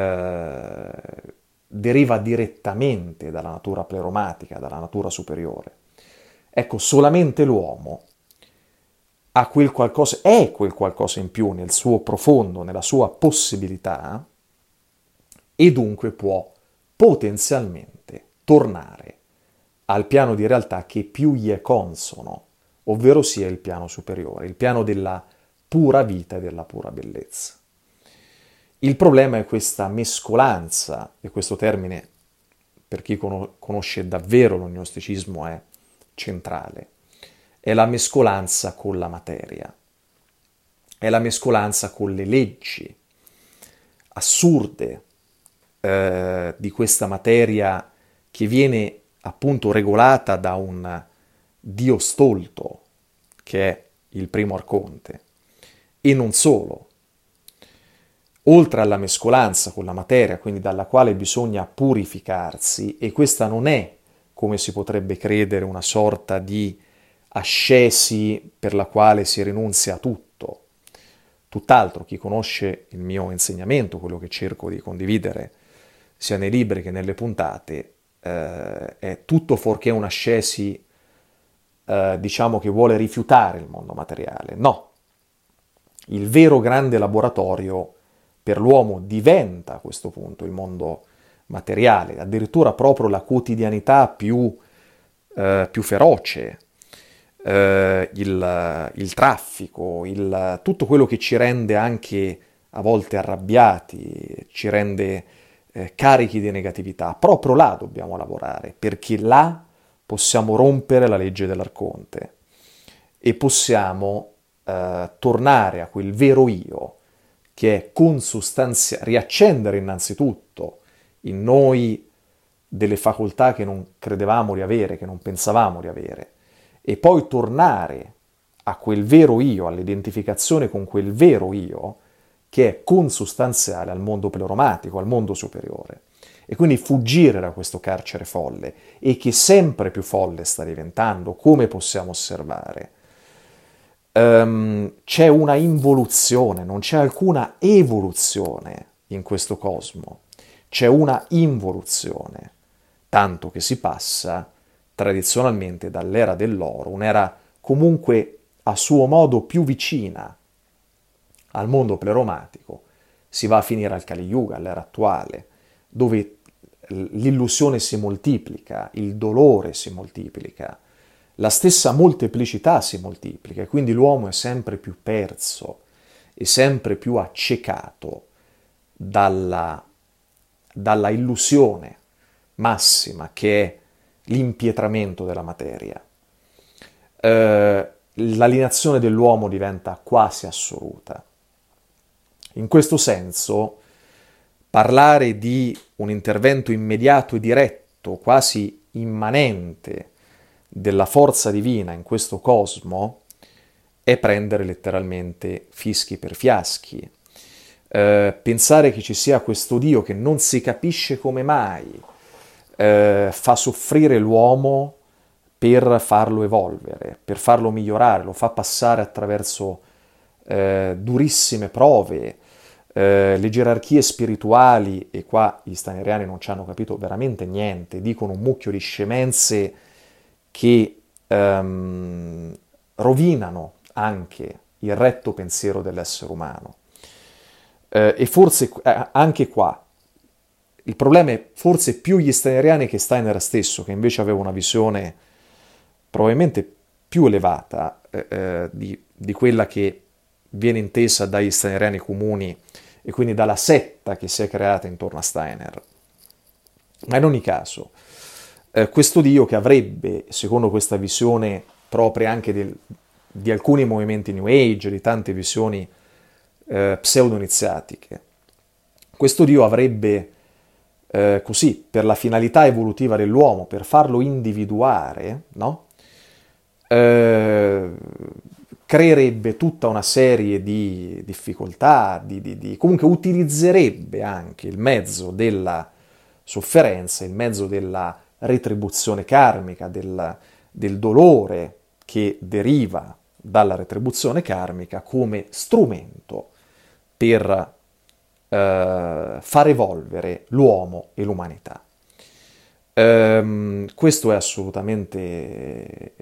deriva direttamente dalla natura pleromatica, dalla natura superiore. Ecco, solamente l'uomo ha quel qualcosa, è quel qualcosa in più nel suo profondo, nella sua possibilità, e dunque può potenzialmente tornare al piano di realtà che più gli è consono, ovvero sia il piano superiore, il piano della pura vita e della pura bellezza. Il problema è questa mescolanza, e questo termine, per chi conosce davvero lo gnosticismo, è centrale. È la mescolanza con la materia, è la mescolanza con le leggi assurde di questa materia che viene appunto regolata da un dio stolto, che è il primo arconte, e non solo. Oltre alla mescolanza con la materia, quindi dalla quale bisogna purificarsi, e questa non è, come si potrebbe credere, una sorta di ascesi per la quale si rinunzia a tutto. Tutt'altro, chi conosce il mio insegnamento, quello che cerco di condividere sia nei libri che nelle puntate, è tutto fuorché un'ascesi, diciamo, che vuole rifiutare il mondo materiale. No, il vero grande laboratorio per l'uomo diventa a questo punto il mondo materiale, addirittura proprio la quotidianità più feroce, il traffico, tutto quello che ci rende anche a volte arrabbiati, ci rende carichi di negatività. Proprio là dobbiamo lavorare, perché là possiamo rompere la legge dell'arconte e possiamo tornare a quel vero io che è consustanziale, riaccendere innanzitutto in noi delle facoltà che non credevamo di avere, che non pensavamo di avere, e poi tornare a quel vero io, all'identificazione con quel vero io che è consustanziale al mondo pleromatico, al mondo superiore. E quindi fuggire da questo carcere folle, e che sempre più folle sta diventando, come possiamo osservare. C'è una involuzione, non c'è alcuna evoluzione in questo cosmo, c'è una involuzione, tanto che si passa tradizionalmente dall'era dell'oro, un'era comunque a suo modo più vicina al mondo pleromatico, si va a finire al Kali Yuga, all'era attuale, dove l'illusione si moltiplica, il dolore si moltiplica, la stessa molteplicità si moltiplica, e quindi l'uomo è sempre più perso e sempre più accecato dalla illusione massima che è l'impietramento della materia. l'alienazione dell'uomo diventa quasi assoluta. In questo senso, parlare di un intervento immediato e diretto, quasi immanente, della forza divina in questo cosmo è prendere letteralmente fischi per fiaschi. Pensare che ci sia questo Dio che non si capisce come mai fa soffrire l'uomo per farlo evolvere, per farlo migliorare, lo fa passare attraverso durissime prove, le gerarchie spirituali, e qua gli steineriani non ci hanno capito veramente niente, dicono un mucchio di scemenze che rovinano anche il retto pensiero dell'essere umano. E forse anche qua il problema è forse più gli steineriani che Steiner stesso, che invece aveva una visione probabilmente più elevata di quella che viene intesa dagli steineriani comuni e quindi dalla setta che si è creata intorno a Steiner. Ma in ogni caso, questo Dio che avrebbe, secondo questa visione propria anche di alcuni movimenti New Age, di tante visioni pseudo-iniziatiche, questo Dio avrebbe così, per la finalità evolutiva dell'uomo, per farlo individuare, no? Creerebbe tutta una serie di difficoltà, comunque utilizzerebbe anche il mezzo della sofferenza, il mezzo della retribuzione karmica, del dolore che deriva dalla retribuzione karmica come strumento per far evolvere l'uomo e l'umanità. Questo è assolutamente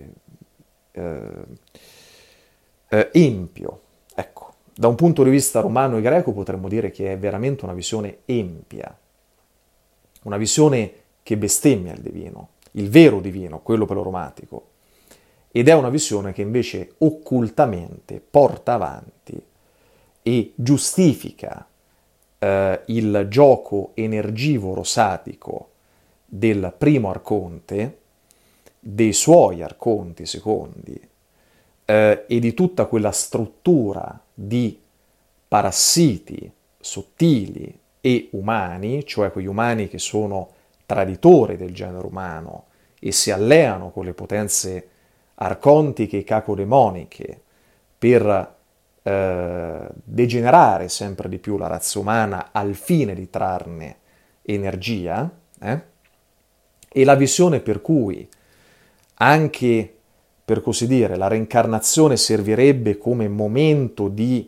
empio. Ecco, da un punto di vista romano e greco potremmo dire che è veramente una visione empia, una visione che bestemmia il divino, il vero divino, quello peloromatico, ed è una visione che invece occultamente porta avanti e giustifica il gioco energivoro sadico del primo arconte, dei suoi arconti secondi e di tutta quella struttura di parassiti sottili e umani, cioè quegli umani che sono traditori del genere umano e si alleano con le potenze arcontiche e cacodemoniche per degenerare sempre di più la razza umana al fine di trarne energia, e la visione per cui anche, per così dire, la reincarnazione servirebbe come momento di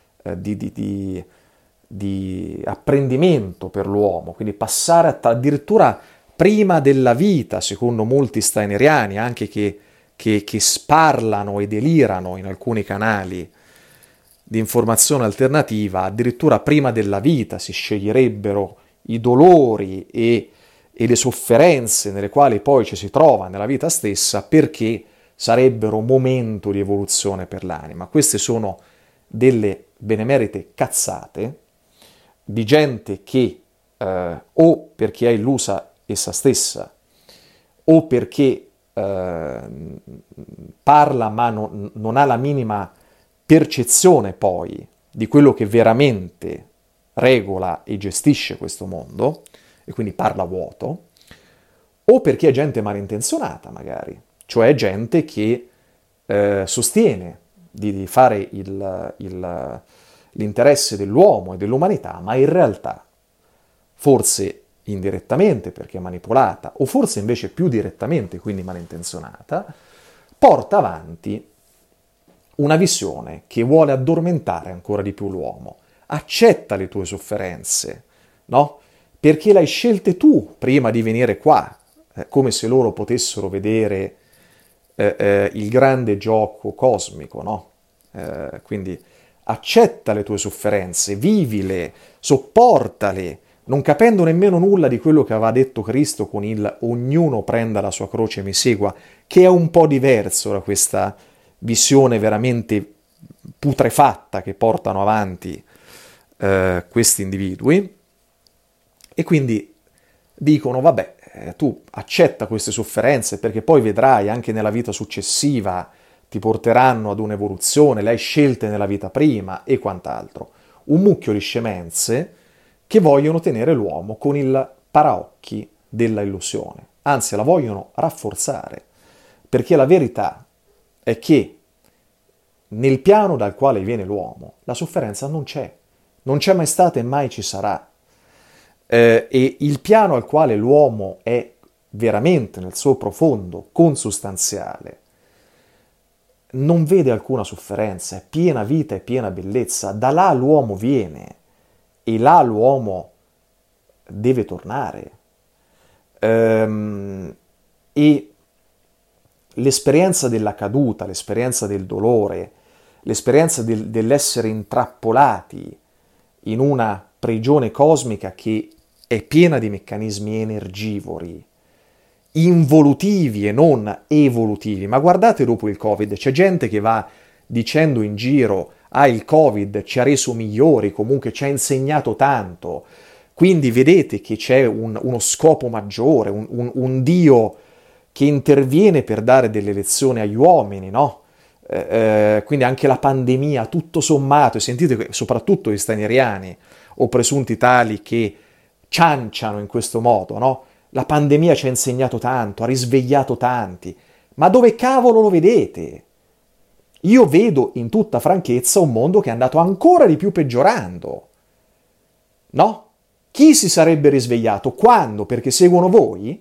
apprendimento per l'uomo, quindi passare addirittura prima della vita, secondo molti steineriani, anche che sparlano e delirano in alcuni canali di informazione alternativa, addirittura prima della vita si sceglierebbero i dolori e le sofferenze nelle quali poi ci si trova nella vita stessa, perché sarebbero momento di evoluzione per l'anima. Queste sono delle benemerite cazzate di gente che o perché è illusa essa stessa o perché parla ma non ha la minima percezione poi di quello che veramente regola e gestisce questo mondo, e quindi parla vuoto, o perché è gente malintenzionata magari, cioè gente che sostiene di fare l'interesse dell'uomo e dell'umanità, ma in realtà, forse indirettamente perché è manipolata, o forse invece più direttamente, quindi malintenzionata, porta avanti una visione che vuole addormentare ancora di più l'uomo. Accetta le tue sofferenze, no? Perché le hai scelte tu prima di venire qua, come se loro potessero vedere il grande gioco cosmico, no? Quindi accetta le tue sofferenze, vivile, sopportale, non capendo nemmeno nulla di quello che aveva detto Cristo con il ognuno prenda la sua croce e mi segua, che è un po' diverso da questa visione veramente putrefatta che portano avanti questi individui. E quindi dicono, vabbè, tu accetta queste sofferenze perché poi vedrai anche nella vita successiva ti porteranno ad un'evoluzione, le hai scelte nella vita prima e quant'altro. Un mucchio di scemenze che vogliono tenere l'uomo con il paraocchi della illusione, anzi la vogliono rafforzare, perché la verità è che nel piano dal quale viene l'uomo la sofferenza non c'è mai stata e mai ci sarà. E il piano al quale l'uomo è veramente nel suo profondo, consustanziale, non vede alcuna sofferenza, è piena vita e piena bellezza. Da là l'uomo viene e là l'uomo deve tornare. E l'esperienza della caduta, l'esperienza del dolore, l'esperienza dell'essere intrappolati in una prigione cosmica che è piena di meccanismi energivori, involutivi e non evolutivi. Ma guardate, dopo il Covid c'è gente che va dicendo in giro: ah, il Covid ci ha reso migliori, comunque ci ha insegnato tanto. Quindi vedete che c'è uno scopo maggiore, un Dio che interviene per dare delle lezioni agli uomini, no? Quindi anche la pandemia, tutto sommato, e sentite che soprattutto gli staneriani o presunti tali che cianciano in questo modo, no? La pandemia ci ha insegnato tanto, ha risvegliato tanti. Ma dove cavolo lo vedete? Io vedo in tutta franchezza un mondo che è andato ancora di più peggiorando. No? Chi si sarebbe risvegliato? Quando? Perché seguono voi?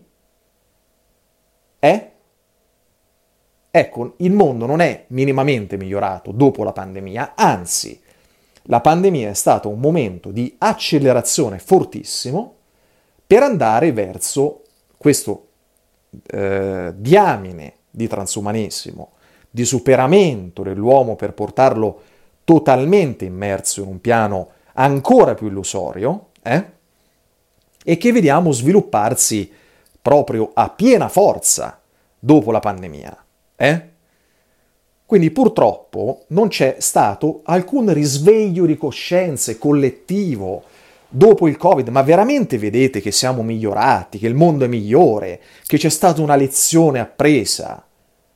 Ecco, il mondo non è minimamente migliorato dopo la pandemia, anzi, la pandemia è stato un momento di accelerazione fortissimo per andare verso questo diamine di transumanesimo, di superamento dell'uomo per portarlo totalmente immerso in un piano ancora più illusorio, e che vediamo svilupparsi proprio a piena forza dopo la pandemia. Quindi purtroppo non c'è stato alcun risveglio di coscienze collettivo dopo il Covid, ma veramente vedete che siamo migliorati, che il mondo è migliore, che c'è stata una lezione appresa?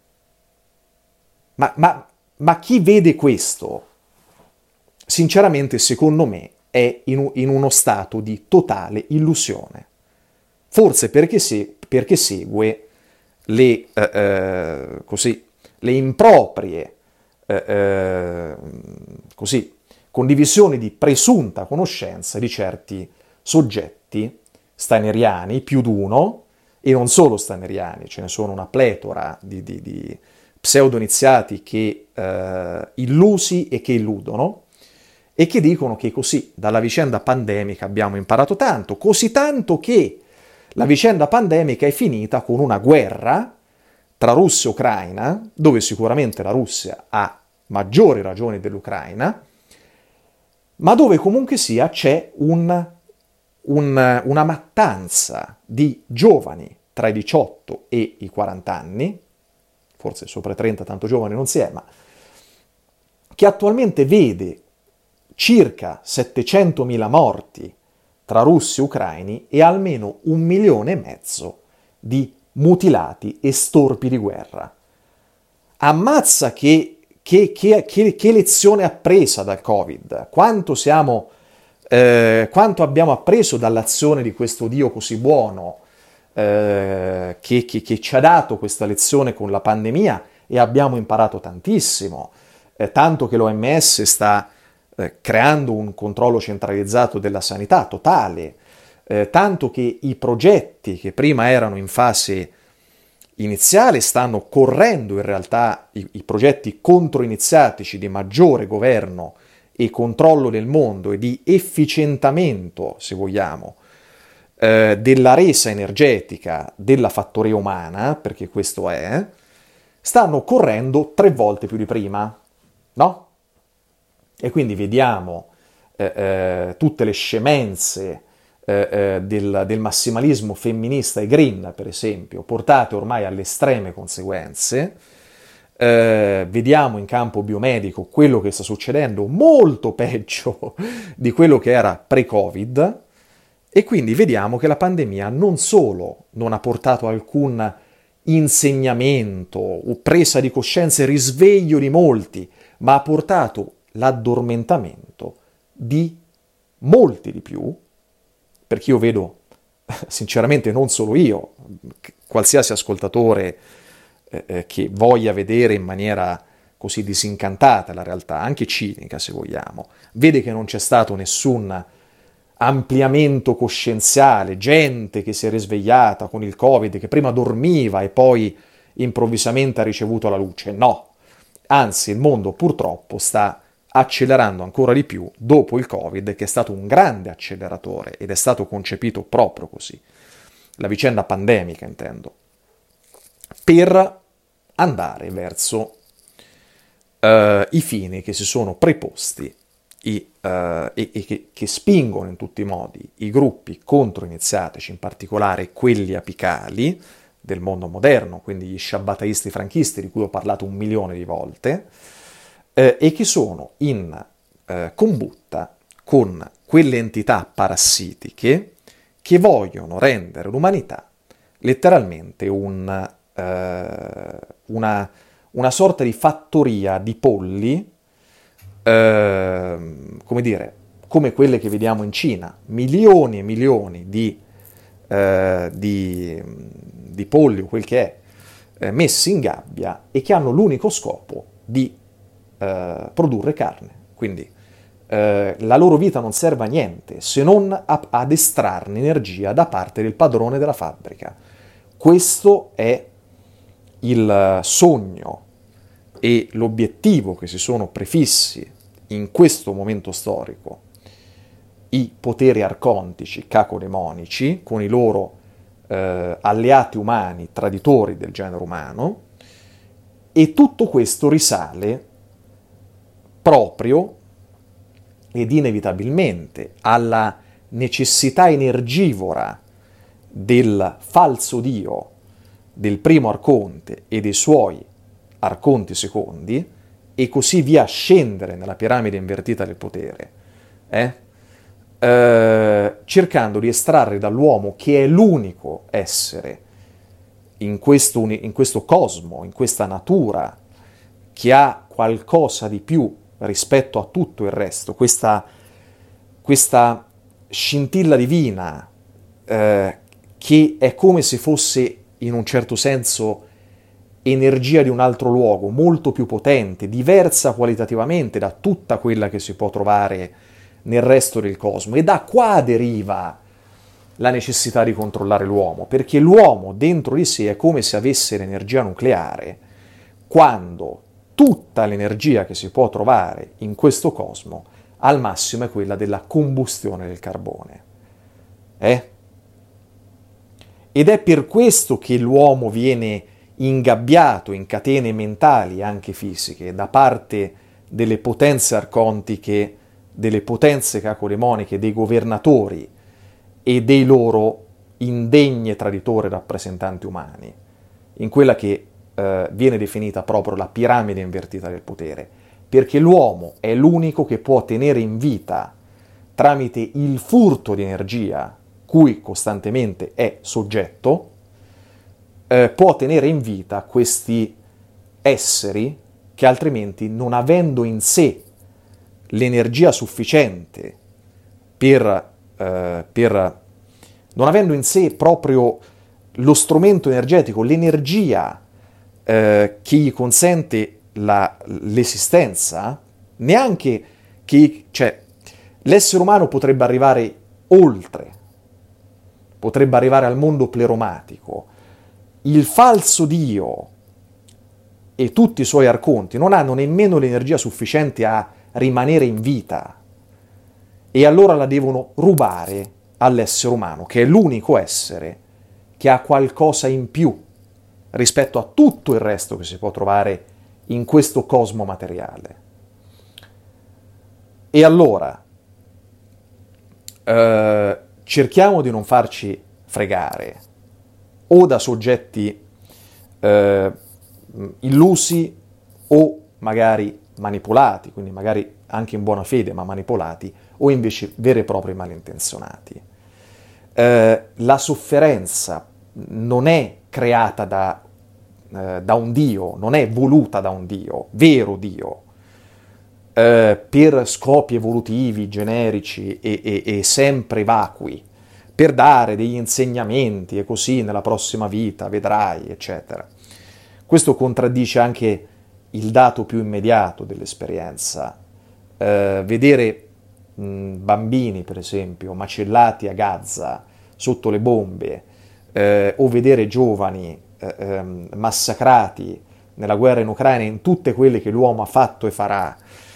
Ma chi vede questo, sinceramente, secondo me, è in uno stato di totale illusione. Forse perché segue le improprie condivisioni di presunta conoscenza di certi soggetti staneriani, più d'uno, e non solo staneriani, ce ne sono una pletora di pseudoniziati che illusi e che illudono, e che dicono che così dalla vicenda pandemica abbiamo imparato tanto, così tanto che la vicenda pandemica è finita con una guerra tra Russia e Ucraina, dove sicuramente la Russia ha maggiori ragioni dell'Ucraina, ma dove comunque sia c'è una mattanza di giovani tra i 18 e i 40 anni, forse sopra i 30 tanto giovani non si è, ma che attualmente vede circa 700.000 morti tra russi e ucraini e almeno 1,5 milioni di mutilati e storpi di guerra. Ammazza che lezione appresa dal Covid, quanto abbiamo appreso dall'azione di questo Dio così buono che ci ha dato questa lezione con la pandemia, e abbiamo imparato tantissimo, tanto che l'OMS sta creando un controllo centralizzato della sanità totale, tanto che i progetti che prima erano in fase iniziale stanno correndo in realtà, i progetti controiniziatici di maggiore governo e controllo del mondo e di efficientamento, se vogliamo, della resa energetica della fattoria umana, perché questo stanno correndo 3 volte più di prima, no? E quindi vediamo tutte le scemenze del massimalismo femminista e green, per esempio, portate ormai alle estreme conseguenze. Vediamo in campo biomedico quello che sta succedendo, molto peggio di quello che era pre-Covid, e quindi vediamo che la pandemia non solo non ha portato alcun insegnamento o presa di coscienza e risveglio di molti, ma ha portato l'addormentamento di molti di più, perché io vedo, sinceramente non solo io, qualsiasi ascoltatore che voglia vedere in maniera così disincantata la realtà, anche cinica se vogliamo, vede che non c'è stato nessun ampliamento coscienziale, gente che si è risvegliata con il Covid, che prima dormiva e poi improvvisamente ha ricevuto la luce. No, anzi il mondo purtroppo sta accelerando ancora di più dopo il Covid, che è stato un grande acceleratore ed è stato concepito proprio così, la vicenda pandemica intendo, per andare verso i fini che si sono preposti e che spingono in tutti i modi i gruppi controiniziatici, in particolare quelli apicali del mondo moderno, quindi gli sciabbataisti franchisti di cui ho parlato 1 milione di volte, e che sono in combutta con quelle entità parassitiche che vogliono rendere l'umanità letteralmente una sorta di fattoria di polli, come dire, come quelle che vediamo in Cina, milioni e milioni di polli o quel che è, messi in gabbia e che hanno l'unico scopo di produrre carne. Quindi la loro vita non serve a niente se non ad estrarne energia da parte del padrone della fabbrica. Questo è il sogno e l'obiettivo che si sono prefissi in questo momento storico i poteri arcontici, cacodemonici, con i loro alleati umani, traditori del genere umano, e tutto questo risale proprio ed inevitabilmente alla necessità energivora del falso dio, del primo arconte e dei suoi arconti secondi, e così via scendere nella piramide invertita del potere, cercando di estrarre dall'uomo, che è l'unico essere in questo cosmo, in questa natura, che ha qualcosa di più rispetto a tutto il resto, questa scintilla divina che è come se fosse in un certo senso energia di un altro luogo, molto più potente, diversa qualitativamente da tutta quella che si può trovare nel resto del cosmo. E da qua deriva la necessità di controllare l'uomo, perché l'uomo dentro di sé è come se avesse l'energia nucleare, quando tutta l'energia che si può trovare in questo cosmo al massimo è quella della combustione del carbone. Ed è per questo che l'uomo viene ingabbiato in catene mentali, anche fisiche, da parte delle potenze arcontiche, delle potenze cacodemoniche, dei governatori e dei loro indegni e traditori rappresentanti umani, in quella che viene definita proprio la piramide invertita del potere, perché l'uomo è l'unico che può tenere in vita, tramite il furto di energia cui costantemente è soggetto, può tenere in vita questi esseri che altrimenti, non avendo in sé l'energia sufficiente non avendo in sé proprio lo strumento energetico, l'energia che gli consente l'esistenza, neanche che, cioè, l'essere umano potrebbe arrivare oltre, potrebbe arrivare al mondo pleromatico. Il falso dio e tutti i suoi arconti non hanno nemmeno l'energia sufficiente a rimanere in vita, e allora la devono rubare all'essere umano, che è l'unico essere che ha qualcosa in più rispetto a tutto il resto che si può trovare in questo cosmo materiale. E allora cerchiamo di non farci fregare o da soggetti illusi o magari manipolati, quindi magari anche in buona fede ma manipolati, o invece veri e propri malintenzionati. La sofferenza non è creata da da un Dio, non è voluta da un Dio, vero Dio, per scopi evolutivi, generici e sempre vacui, per dare degli insegnamenti e così nella prossima vita vedrai, eccetera. Questo contraddice anche il dato più immediato dell'esperienza. Vedere bambini, per esempio, macellati a Gaza sotto le bombe, o vedere giovani massacrati nella guerra in Ucraina, in tutte quelle che l'uomo ha fatto e farà,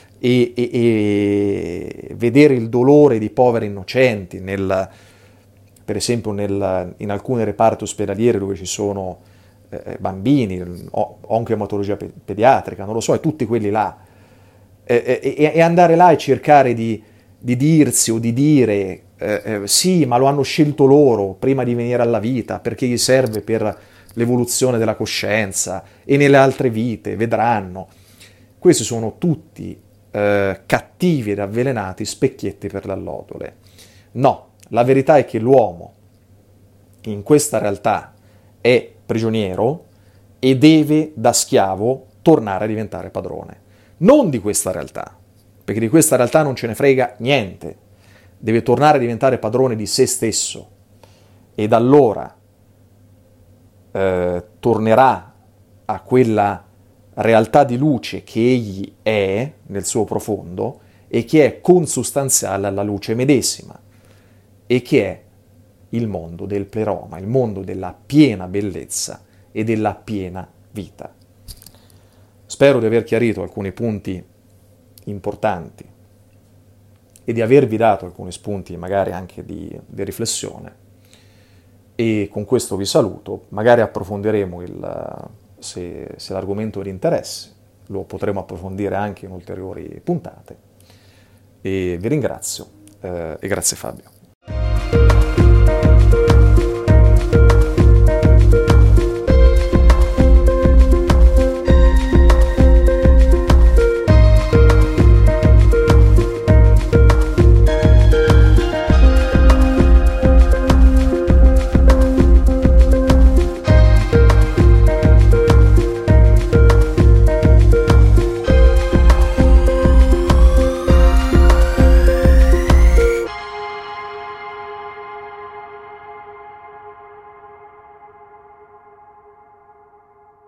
e vedere il dolore di poveri innocenti, per esempio in alcune reparti ospedaliere dove ci sono bambini, o anche ematologia pediatrica, non lo so, e tutti quelli là, e andare là e cercare di dirsi o di dire sì, ma lo hanno scelto loro prima di venire alla vita, perché gli serve per l'evoluzione della coscienza, e nelle altre vite vedranno. Questi sono tutti cattivi ed avvelenati specchietti per l'allodole. No, la verità è che l'uomo in questa realtà è prigioniero e deve da schiavo tornare a diventare padrone. Non di questa realtà, perché di questa realtà non ce ne frega niente. Deve tornare a diventare padrone di se stesso, ed allora tornerà a quella realtà di luce che egli è nel suo profondo e che è consustanziale alla luce medesima, e che è il mondo del pleroma, il mondo della piena bellezza e della piena vita. Spero di aver chiarito alcuni punti importanti e di avervi dato alcuni spunti magari anche di riflessione, e con questo vi saluto. Magari approfondiremo se l'argomento è di interesse, lo potremo approfondire anche in ulteriori puntate, e vi ringrazio, e grazie Fabio.